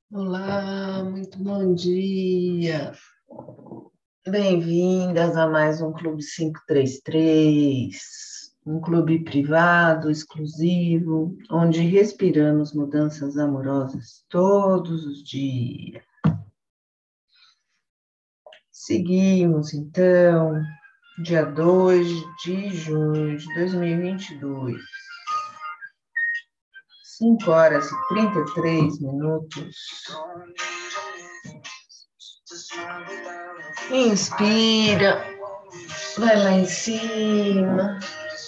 Olá, muito bom dia. Bem-vindas a mais um Clube 533, um clube privado, exclusivo, onde respiramos mudanças amorosas todos os dias. Seguimos, então, dia 2 de junho de 2022, 5 horas e 33 minutos. Inspira, vai lá em cima.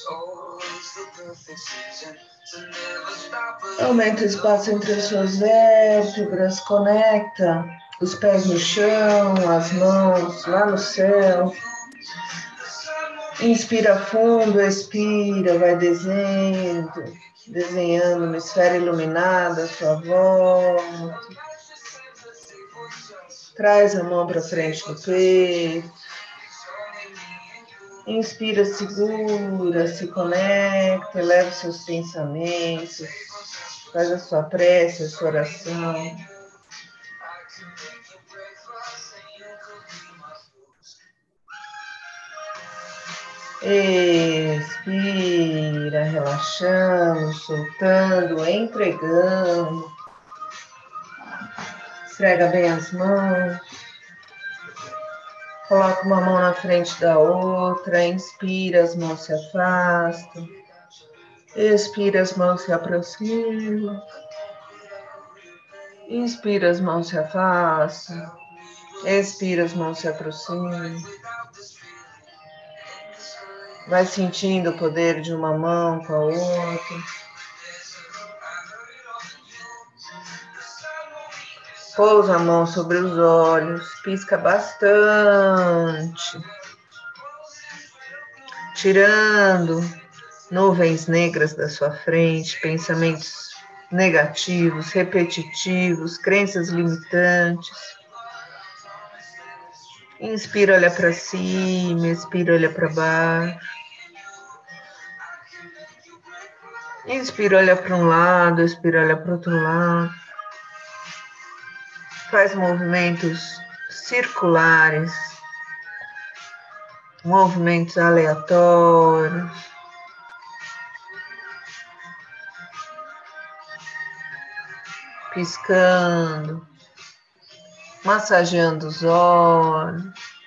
Aumenta o espaço entre as suas vértebras, conecta os pés no chão, as mãos lá no céu. Inspira fundo, expira, vai desenhando uma esfera iluminada à sua volta. Traz a mão para frente do peito. Inspira, segura, se conecta, eleva os seus pensamentos, faz a sua prece, a sua oração. Expira, relaxando, soltando, entregando. Esfrega bem as mãos. Coloca uma mão na frente da outra. Inspira, as mãos se afastam. Expira, as mãos se aproximam. Inspira, as mãos se afastam. Expira, as mãos se aproximam. Vai sentindo o poder de uma mão com a outra. Pousa a mão sobre os olhos, pisca bastante, tirando nuvens negras da sua frente, pensamentos negativos, repetitivos, crenças limitantes. Inspira, olha para cima, expira, olha para baixo. Inspira, olha para um lado, expira, olha para o outro lado. Faz movimentos circulares, movimentos aleatórios. Piscando, massageando os olhos,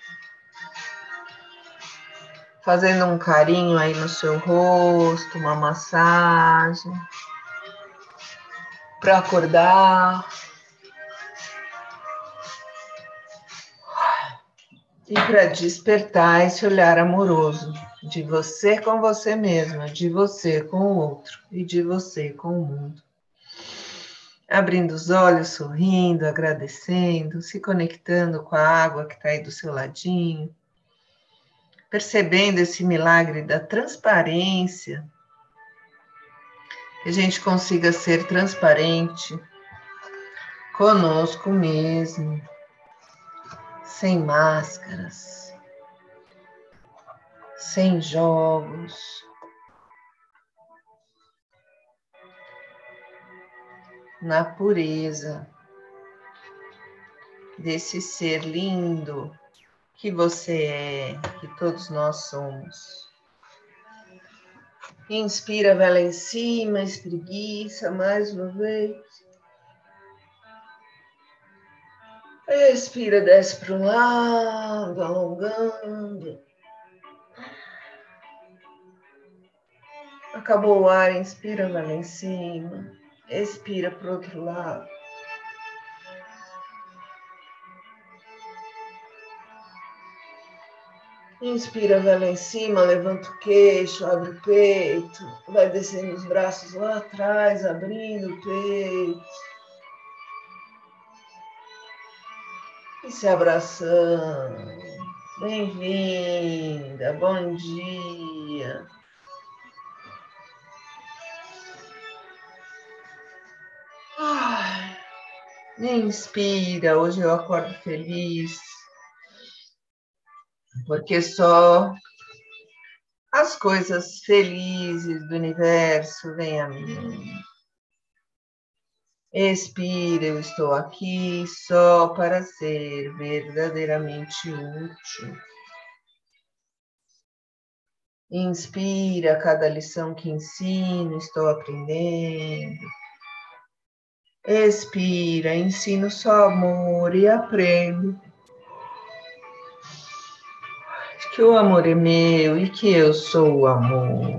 fazendo um carinho aí no seu rosto, uma massagem, para acordar. E para despertar esse olhar amoroso de você com você mesma, de você com o outro e de você com o mundo. Abrindo os olhos, sorrindo, agradecendo, se conectando com a água que está aí do seu ladinho, percebendo esse milagre da transparência, que a gente consiga ser transparente conosco mesmo, sem máscaras, sem jogos, na pureza desse ser lindo que você é, que todos nós somos. Inspira, vai lá em cima, espreguiça mais uma vez. Expira, desce para um lado, alongando. Acabou o ar, inspira, vai lá em cima. Expira para o outro lado. Inspira, vai lá em cima, levanta o queixo, abre o peito. Vai descendo os braços lá atrás, abrindo o peito. E se abraçando. Bem-vinda, bom dia. Ai, inspira, hoje eu acordo feliz, porque só as coisas felizes do universo vêm a mim. Expira, eu estou aqui só para ser verdadeiramente útil. Inspira, cada lição que ensino, estou aprendendo. Expira, ensino só amor e aprendo que o amor é meu e que eu sou o amor.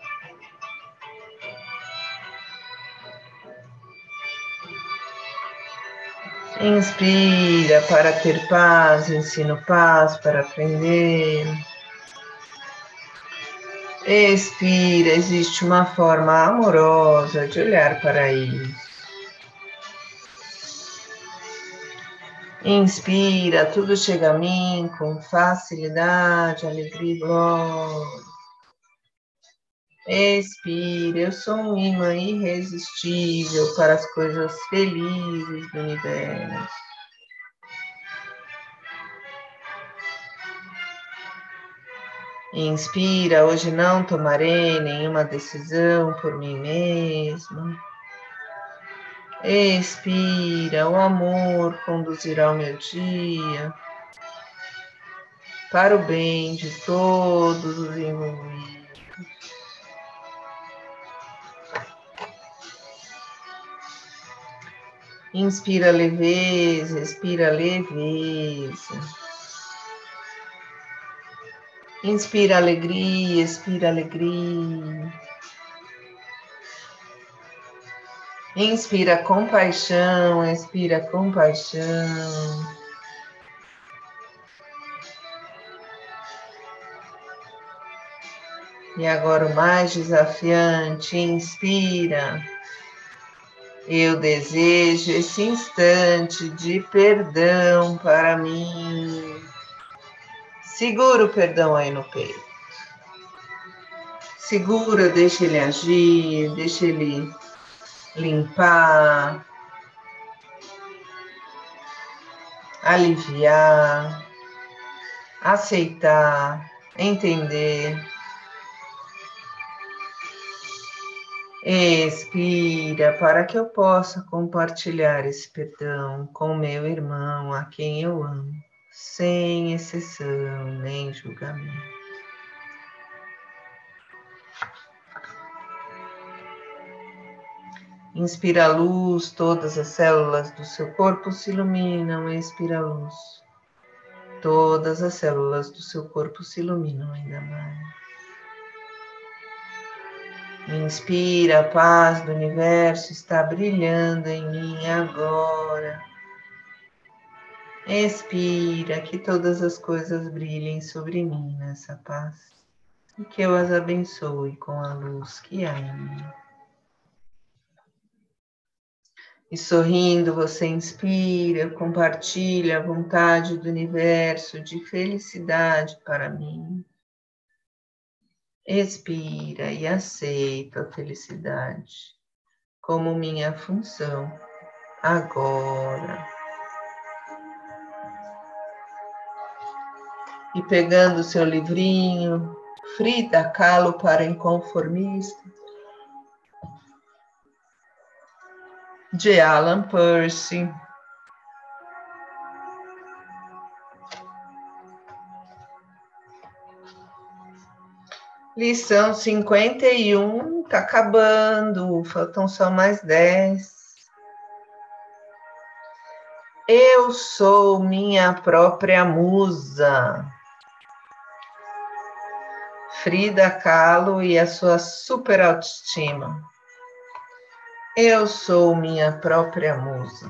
Inspira para ter paz, ensino paz para aprender. Expira, existe uma forma amorosa de olhar para isso. Inspira, tudo chega a mim com facilidade, alegria e glória. Expira, eu sou um imã irresistível para as coisas felizes do universo. Inspira, hoje não tomarei nenhuma decisão por mim mesmo. Expira, o amor conduzirá o meu dia para o bem de todos os envolvidos. Inspira leveza, expira leveza. Inspira alegria, expira alegria. Inspira compaixão, expira compaixão. E agora o mais desafiante, inspira. Eu desejo esse instante de perdão para mim. Segura o perdão aí no peito. Segura, deixa ele agir, deixa ele limpar, aliviar, aceitar, entender. Expira para que eu possa compartilhar esse perdão com meu irmão, a quem eu amo, sem exceção nem julgamento. Inspira a luz, todas as células do seu corpo se iluminam, expira a luz. Todas as células do seu corpo se iluminam ainda mais. Inspira, a paz do universo está brilhando em mim agora. Expira, que todas as coisas brilhem sobre mim nessa paz. E que eu as abençoe com a luz que há em mim. E sorrindo, você inspira, compartilha a vontade do universo de felicidade para mim. Expira e aceita a felicidade como minha função agora. E pegando o seu livrinho, Frida Kahlo para Inconformista, de Alan Percy. Lição 51, tá acabando, faltam só mais 10. Eu sou minha própria musa. Frida Kahlo e a sua super autoestima. Eu sou minha própria musa.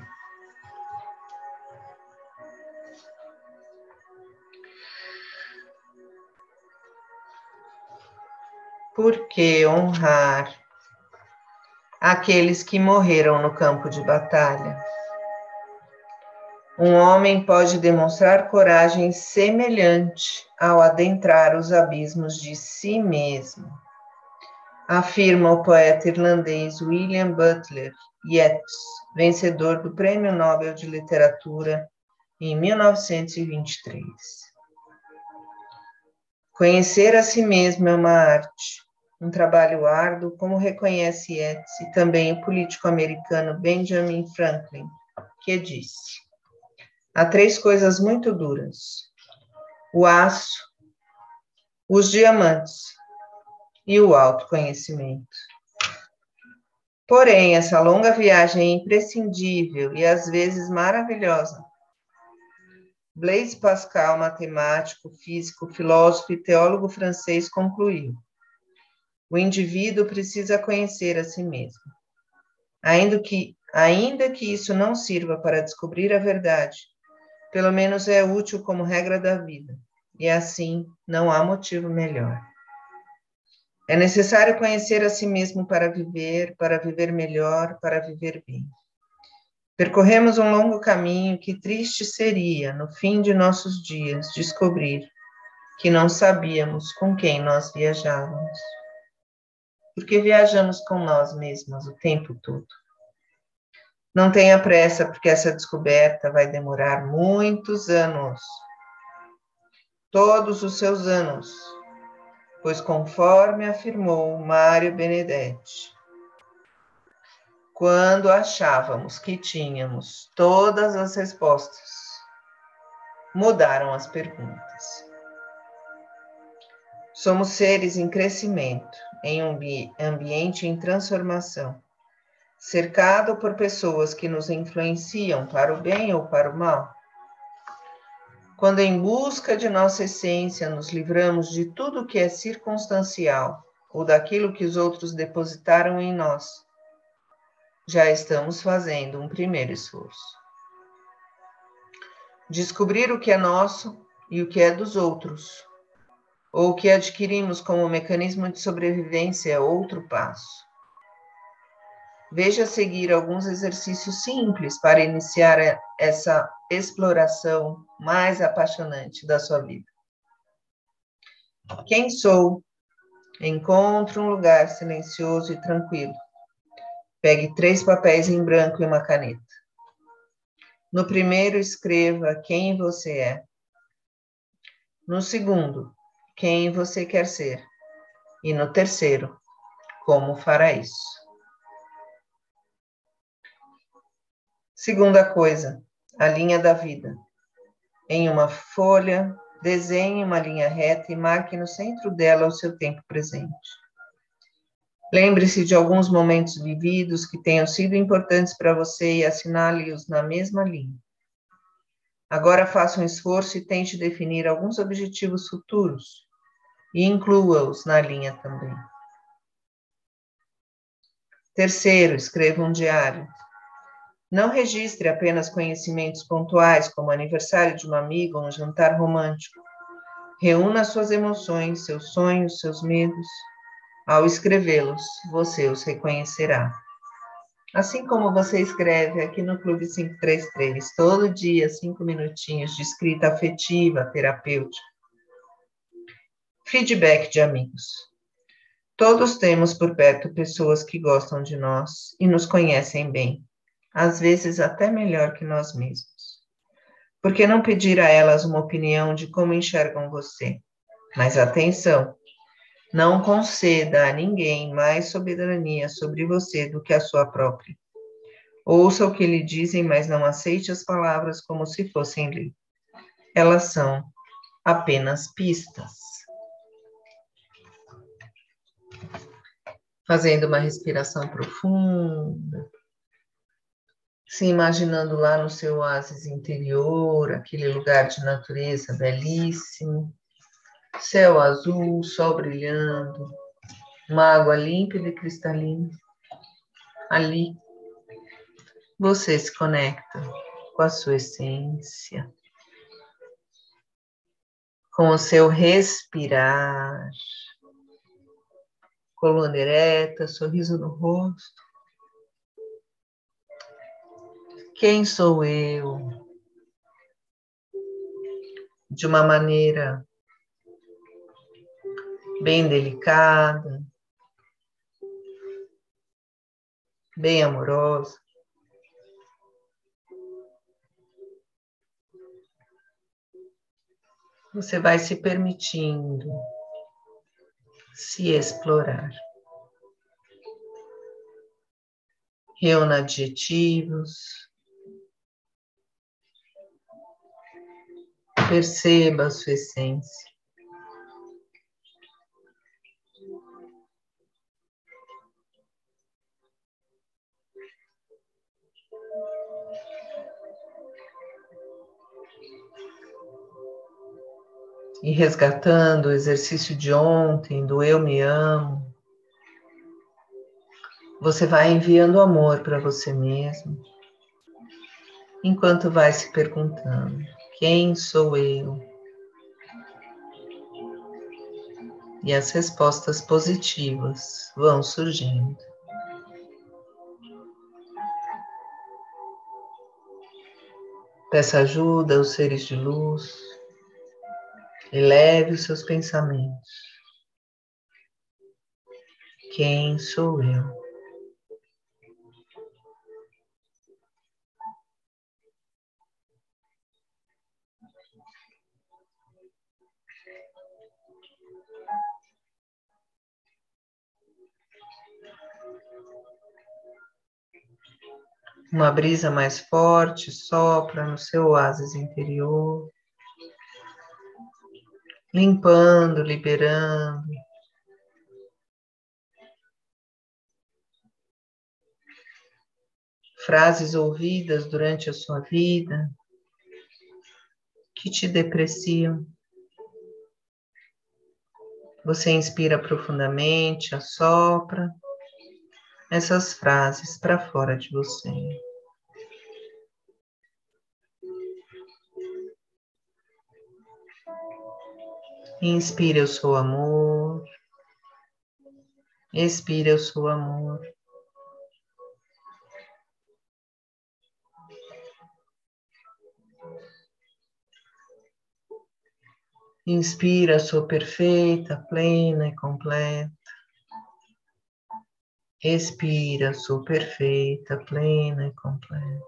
Por que honrar aqueles que morreram no campo de batalha? Um homem pode demonstrar coragem semelhante ao adentrar os abismos de si mesmo, afirma o poeta irlandês William Butler Yeats, vencedor do Prêmio Nobel de Literatura em 1923. Conhecer a si mesmo é uma arte, um trabalho árduo, como reconhece Yeats e também o político americano Benjamin Franklin, que disse: há 3 coisas muito duras: o aço, os diamantes e o autoconhecimento. Porém, essa longa viagem é imprescindível e às vezes maravilhosa. Blaise Pascal, matemático, físico, filósofo e teólogo francês, concluiu: o indivíduo precisa conhecer a si mesmo. Ainda que isso não sirva para descobrir a verdade, pelo menos é útil como regra da vida, e assim não há motivo melhor. É necessário conhecer a si mesmo para viver melhor, para viver bem. Percorremos um longo caminho que triste seria, no fim de nossos dias, descobrir que não sabíamos com quem nós viajávamos. Porque viajamos com nós mesmos o tempo todo. Não tenha pressa, porque essa descoberta vai demorar muitos anos. Todos os seus anos. Pois conforme afirmou Mário Benedetti, quando achávamos que tínhamos todas as respostas, mudaram as perguntas. Somos seres em crescimento, em um ambiente em transformação, cercado por pessoas que nos influenciam para o bem ou para o mal. Quando em busca de nossa essência nos livramos de tudo que é circunstancial ou daquilo que os outros depositaram em nós, já estamos fazendo um primeiro esforço. Descobrir o que é nosso e o que é dos outros, ou o que adquirimos como mecanismo de sobrevivência é outro passo. Veja a seguir alguns exercícios simples para iniciar essa exploração mais apaixonante da sua vida. Quem sou? Encontre um lugar silencioso e tranquilo. Pegue 3 papéis em branco e uma caneta. No primeiro, escreva quem você é. No segundo, quem você quer ser. E no terceiro, como fará isso. Segunda coisa, a linha da vida. Em uma folha, desenhe uma linha reta e marque no centro dela o seu tempo presente. Lembre-se de alguns momentos vividos que tenham sido importantes para você e assinale-os na mesma linha. Agora faça um esforço e tente definir alguns objetivos futuros e inclua-os na linha também. Terceiro, escreva um diário. Não registre apenas conhecimentos pontuais, como aniversário de uma amiga ou um jantar romântico. Reúna suas emoções, seus sonhos, seus medos. Ao escrevê-los, você os reconhecerá. Assim como você escreve aqui no Clube 533, todo dia, 5 minutinhos de escrita afetiva, terapêutica. Feedback de amigos. Todos temos por perto pessoas que gostam de nós e nos conhecem bem, às vezes até melhor que nós mesmos. Por que não pedir a elas uma opinião de como enxergam você? Mas atenção! Não conceda a ninguém mais soberania sobre você do que a sua própria. Ouça o que lhe dizem, mas não aceite as palavras como se fossem lei. Elas são apenas pistas. Fazendo uma respiração profunda, se imaginando lá no seu oásis interior, aquele lugar de natureza belíssimo, céu azul, sol brilhando, uma água límpida e cristalina. Ali, você se conecta com a sua essência, com o seu respirar, coluna ereta, sorriso no rosto. Quem sou eu? De uma maneira bem delicada, bem amorosa. Você vai se permitindo se explorar. Reúna adjetivos. Perceba a sua essência. E resgatando o exercício de ontem, do eu me amo, você vai enviando amor para você mesmo, enquanto vai se perguntando: quem sou eu? E as respostas positivas vão surgindo. Peça ajuda aos seres de luz. Eleve os seus pensamentos. Quem sou eu? Uma brisa mais forte sopra no seu oásis interior, limpando, liberando. Frases ouvidas durante a sua vida que te depreciam. Você inspira profundamente, assopra essas frases para fora de você. Inspira, eu sou amor. Expira, eu sou amor. Inspira, sou perfeita, plena e completa. Expira, sou perfeita, plena e completa.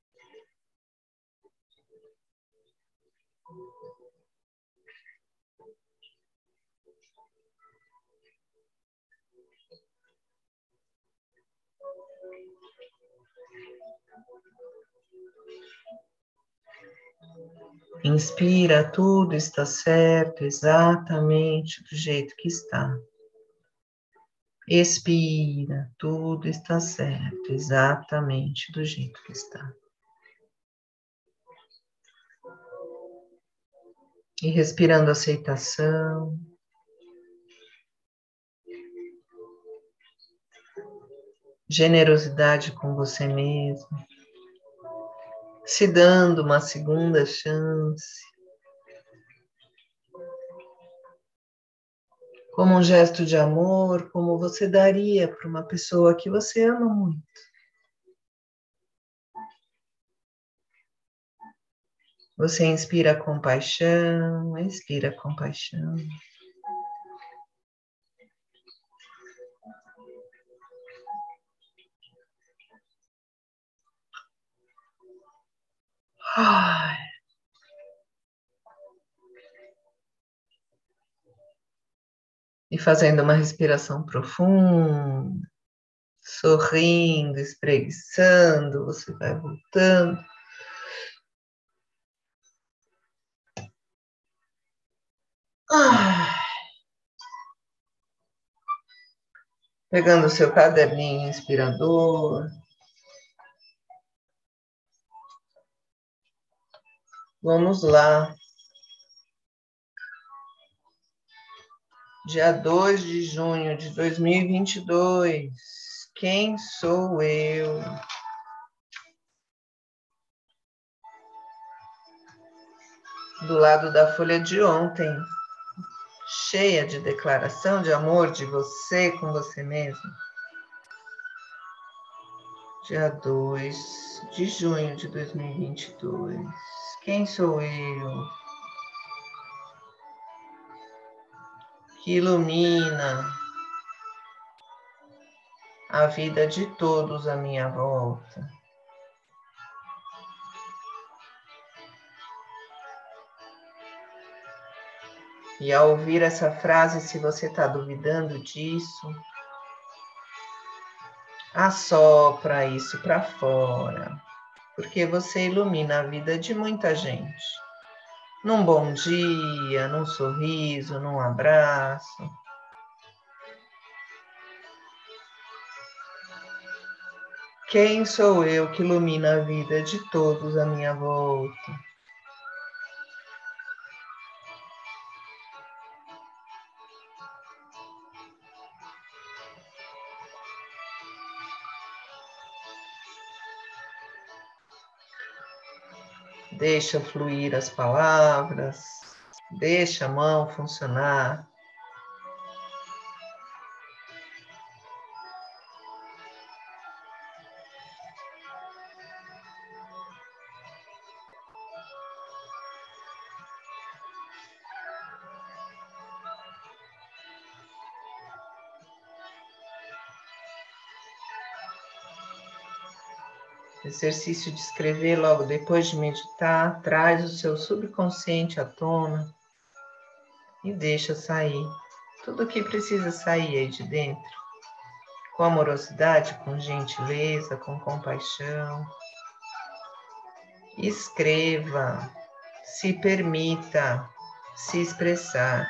Inspira, tudo está certo, exatamente do jeito que está. Expira, tudo está certo, exatamente do jeito que está. E respirando aceitação. Generosidade com você mesmo. Se dando uma segunda chance. Como um gesto de amor, como você daria para uma pessoa que você ama muito. Você inspira compaixão, expira compaixão. Ai. E fazendo uma respiração profunda, sorrindo, espreguiçando, você vai voltando. Ai. Pegando o seu caderninho inspirador. Vamos lá. Dia 2 de junho de 2022. Quem sou eu? Do lado da folha de ontem, cheia de declaração de amor de você com você mesmo. Dia 2 de junho de 2022. Quem sou eu? Que ilumina a vida de todos à minha volta. E ao ouvir essa frase, se você está duvidando disso, assopra isso para fora, porque você ilumina a vida de muita gente. Num bom dia, num sorriso, num abraço. Quem sou eu que ilumina a vida de todos à minha volta? Deixa fluir as palavras, deixa a mão funcionar. Exercício de escrever logo depois de meditar, traz o seu subconsciente à tona e deixa sair tudo o que precisa sair aí de dentro, com amorosidade, com gentileza, com compaixão. Escreva, se permita se expressar.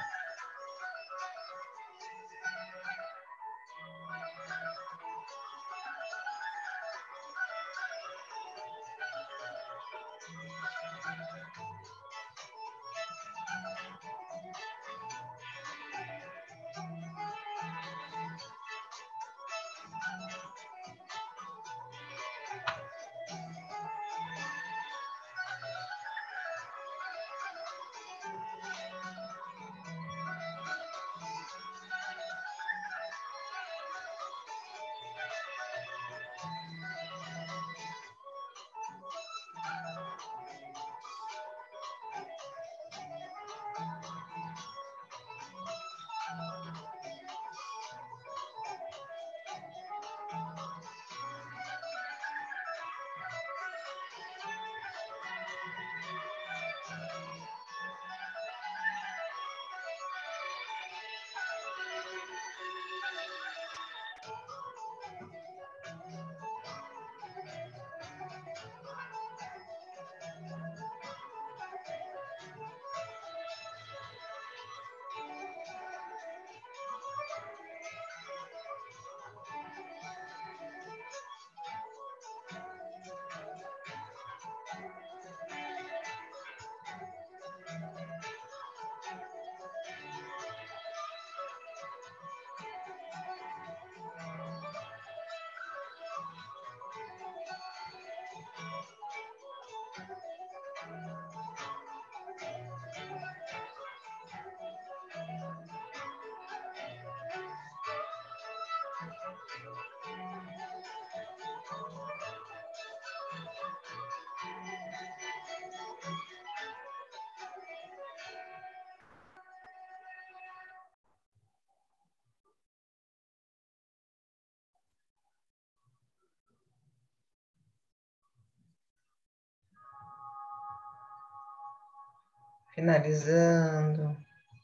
Finalizando.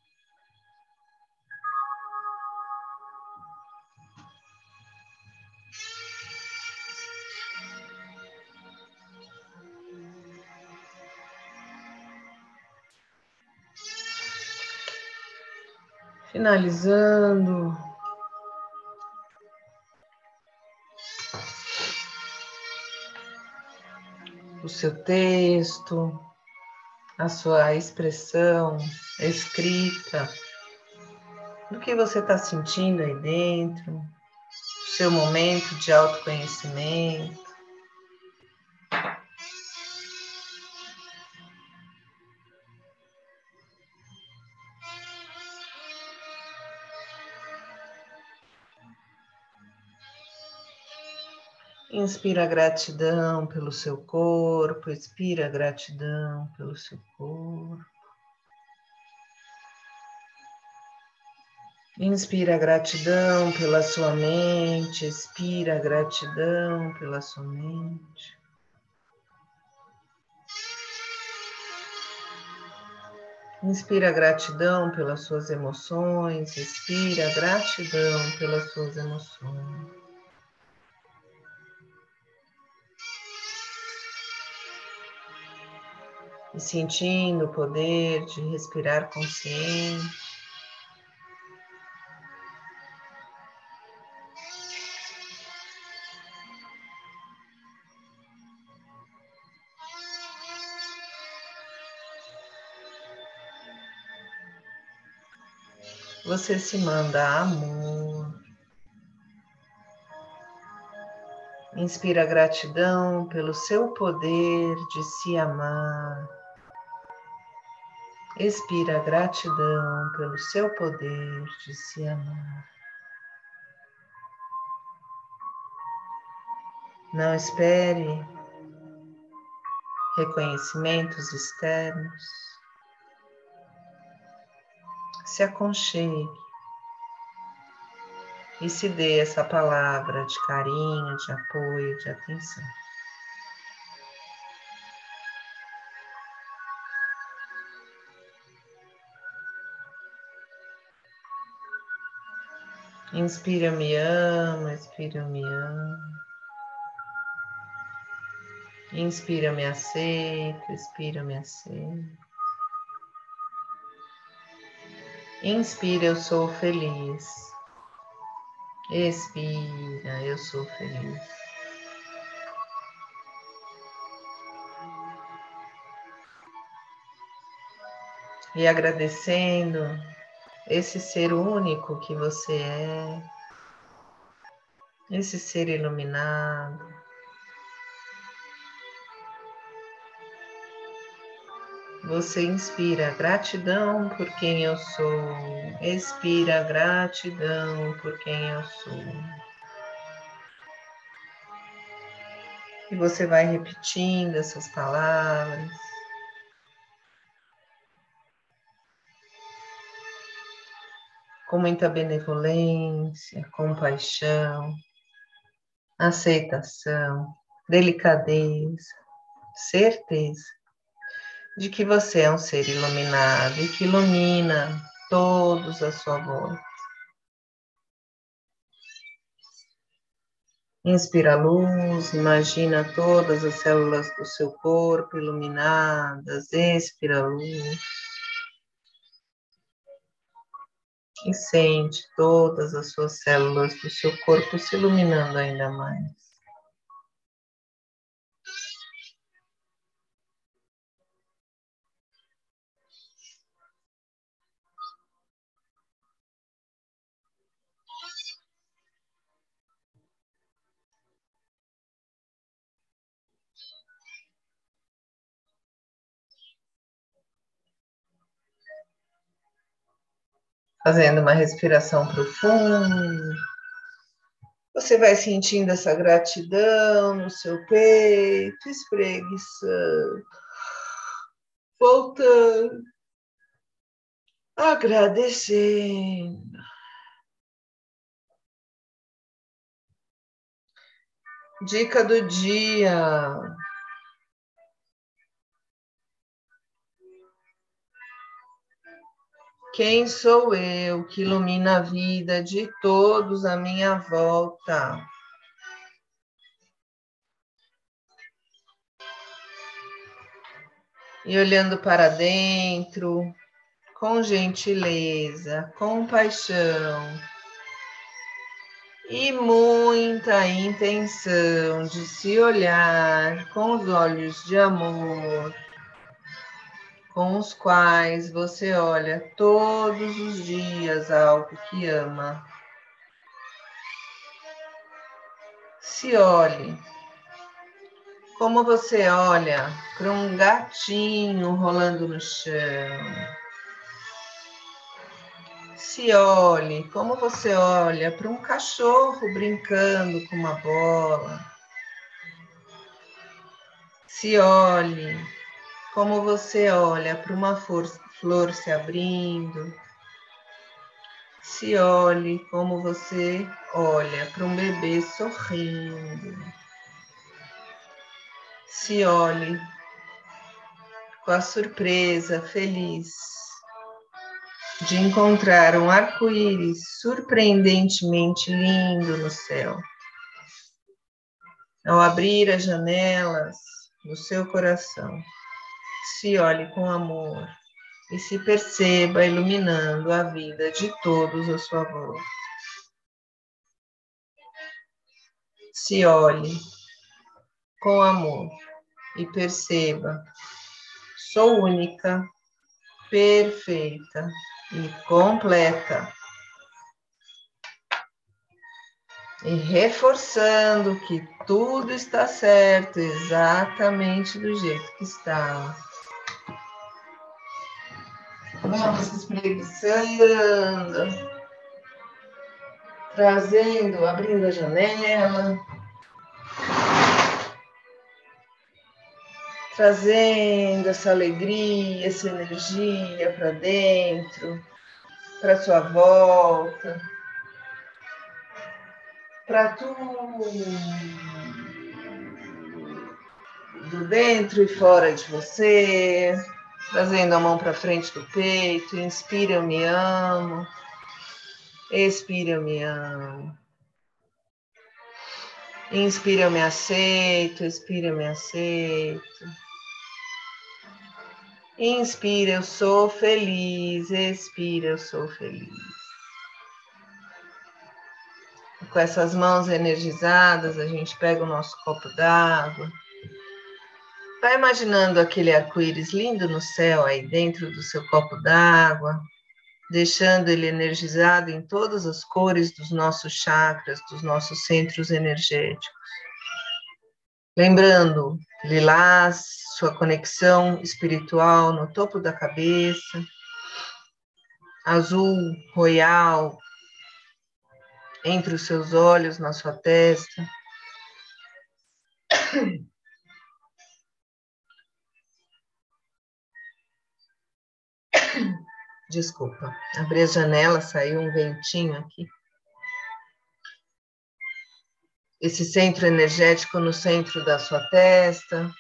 Finalizando. O seu texto, a sua expressão escrita, do que você está sentindo aí dentro, o seu momento de autoconhecimento. Inspira gratidão pelo seu corpo, expira gratidão pelo seu corpo. Inspira gratidão pela sua mente, expira gratidão pela sua mente. Inspira gratidão pelas suas emoções, expira gratidão pelas suas emoções. E sentindo o poder de respirar consciente. Você se manda amor. Inspira gratidão pelo seu poder de se amar. Expira gratidão pelo seu poder de se amar. Não espere reconhecimentos externos. Se aconchegue e se dê essa palavra de carinho, de apoio, de atenção. Inspira, eu me amo, expira, eu me amo. Inspira, eu me aceito, expira, eu me aceito. Inspira, eu sou feliz. Expira, eu sou feliz. E agradecendo esse ser único que você é, esse ser iluminado. Você inspira gratidão por quem eu sou, expira gratidão por quem eu sou. E você vai repetindo essas palavras. Com muita benevolência, compaixão, aceitação, delicadeza, certeza de que você é um ser iluminado e que ilumina todos à sua volta. Inspira a luz, imagina todas as células do seu corpo iluminadas, expira a luz. E sente todas as suas células do seu corpo se iluminando ainda mais. Fazendo uma respiração profunda. Você vai sentindo essa gratidão no seu peito, espreguiçando, voltando, agradecendo. Dica do dia. Quem sou eu que ilumina a vida de todos à minha volta? E olhando para dentro, com gentileza, compaixão e muita intenção de se olhar com os olhos de amor, com os quais você olha todos os dias algo que ama. Se olhe como você olha para um gatinho rolando no chão. Se olhe como você olha para um cachorro brincando com uma bola. Se olhe como você olha para uma flor se abrindo. Se olhe como você olha para um bebê sorrindo. Se olhe com a surpresa feliz de encontrar um arco-íris surpreendentemente lindo no céu. Ao abrir as janelas do seu coração, se olhe com amor e se perceba iluminando a vida de todos à sua volta. Se olhe com amor e perceba: sou única, perfeita e completa. E reforçando que tudo está certo, exatamente do jeito que está. Vamos espreguiçando, trazendo, abrindo a janela, trazendo essa alegria, essa energia para dentro, para sua volta, para tudo dentro e fora de você, trazendo a mão para frente do peito. Inspira, eu me amo. Expira, eu me amo. Inspira, eu me aceito. Expira, eu me aceito. Inspira, eu sou feliz. Expira, eu sou feliz. Com essas mãos energizadas, a gente pega o nosso copo d'água. Vai imaginando aquele arco-íris lindo no céu aí dentro do seu copo d'água, deixando ele energizado em todas as cores dos nossos chakras, dos nossos centros energéticos. Lembrando, lilás, sua conexão espiritual no topo da cabeça, azul, royal, entre os seus olhos, na sua testa. Desculpa, abri a janela, saiu um ventinho aqui. Esse centro energético no centro da sua testa,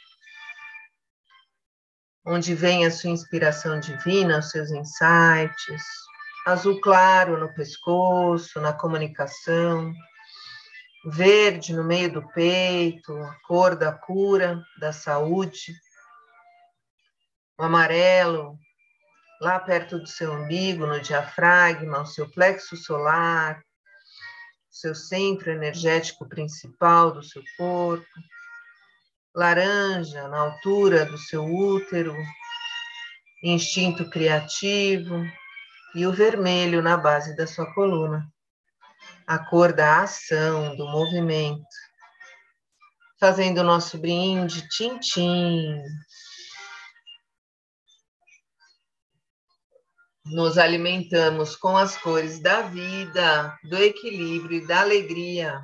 onde vem a sua inspiração divina, os seus insights. Azul claro no pescoço, na comunicação. Verde no meio do peito, a cor da cura, da saúde. O amarelo lá perto do seu umbigo, no diafragma, o seu plexo solar, seu centro energético principal do seu corpo. Laranja na altura do seu útero, instinto criativo, e o vermelho na base da sua coluna, a cor da ação, do movimento. Fazendo o nosso brinde, tchim-tchim. Nos alimentamos com as cores da vida, do equilíbrio e da alegria.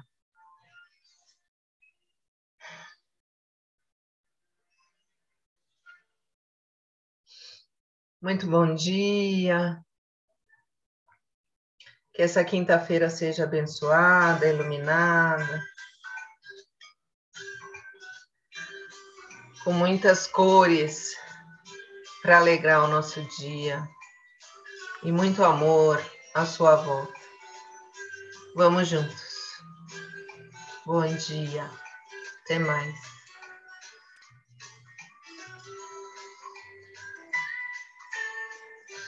Muito bom dia. Que essa quinta-feira seja abençoada, iluminada, com muitas cores para alegrar o nosso dia e muito amor à sua volta. Vamos juntos. Bom dia. Até mais.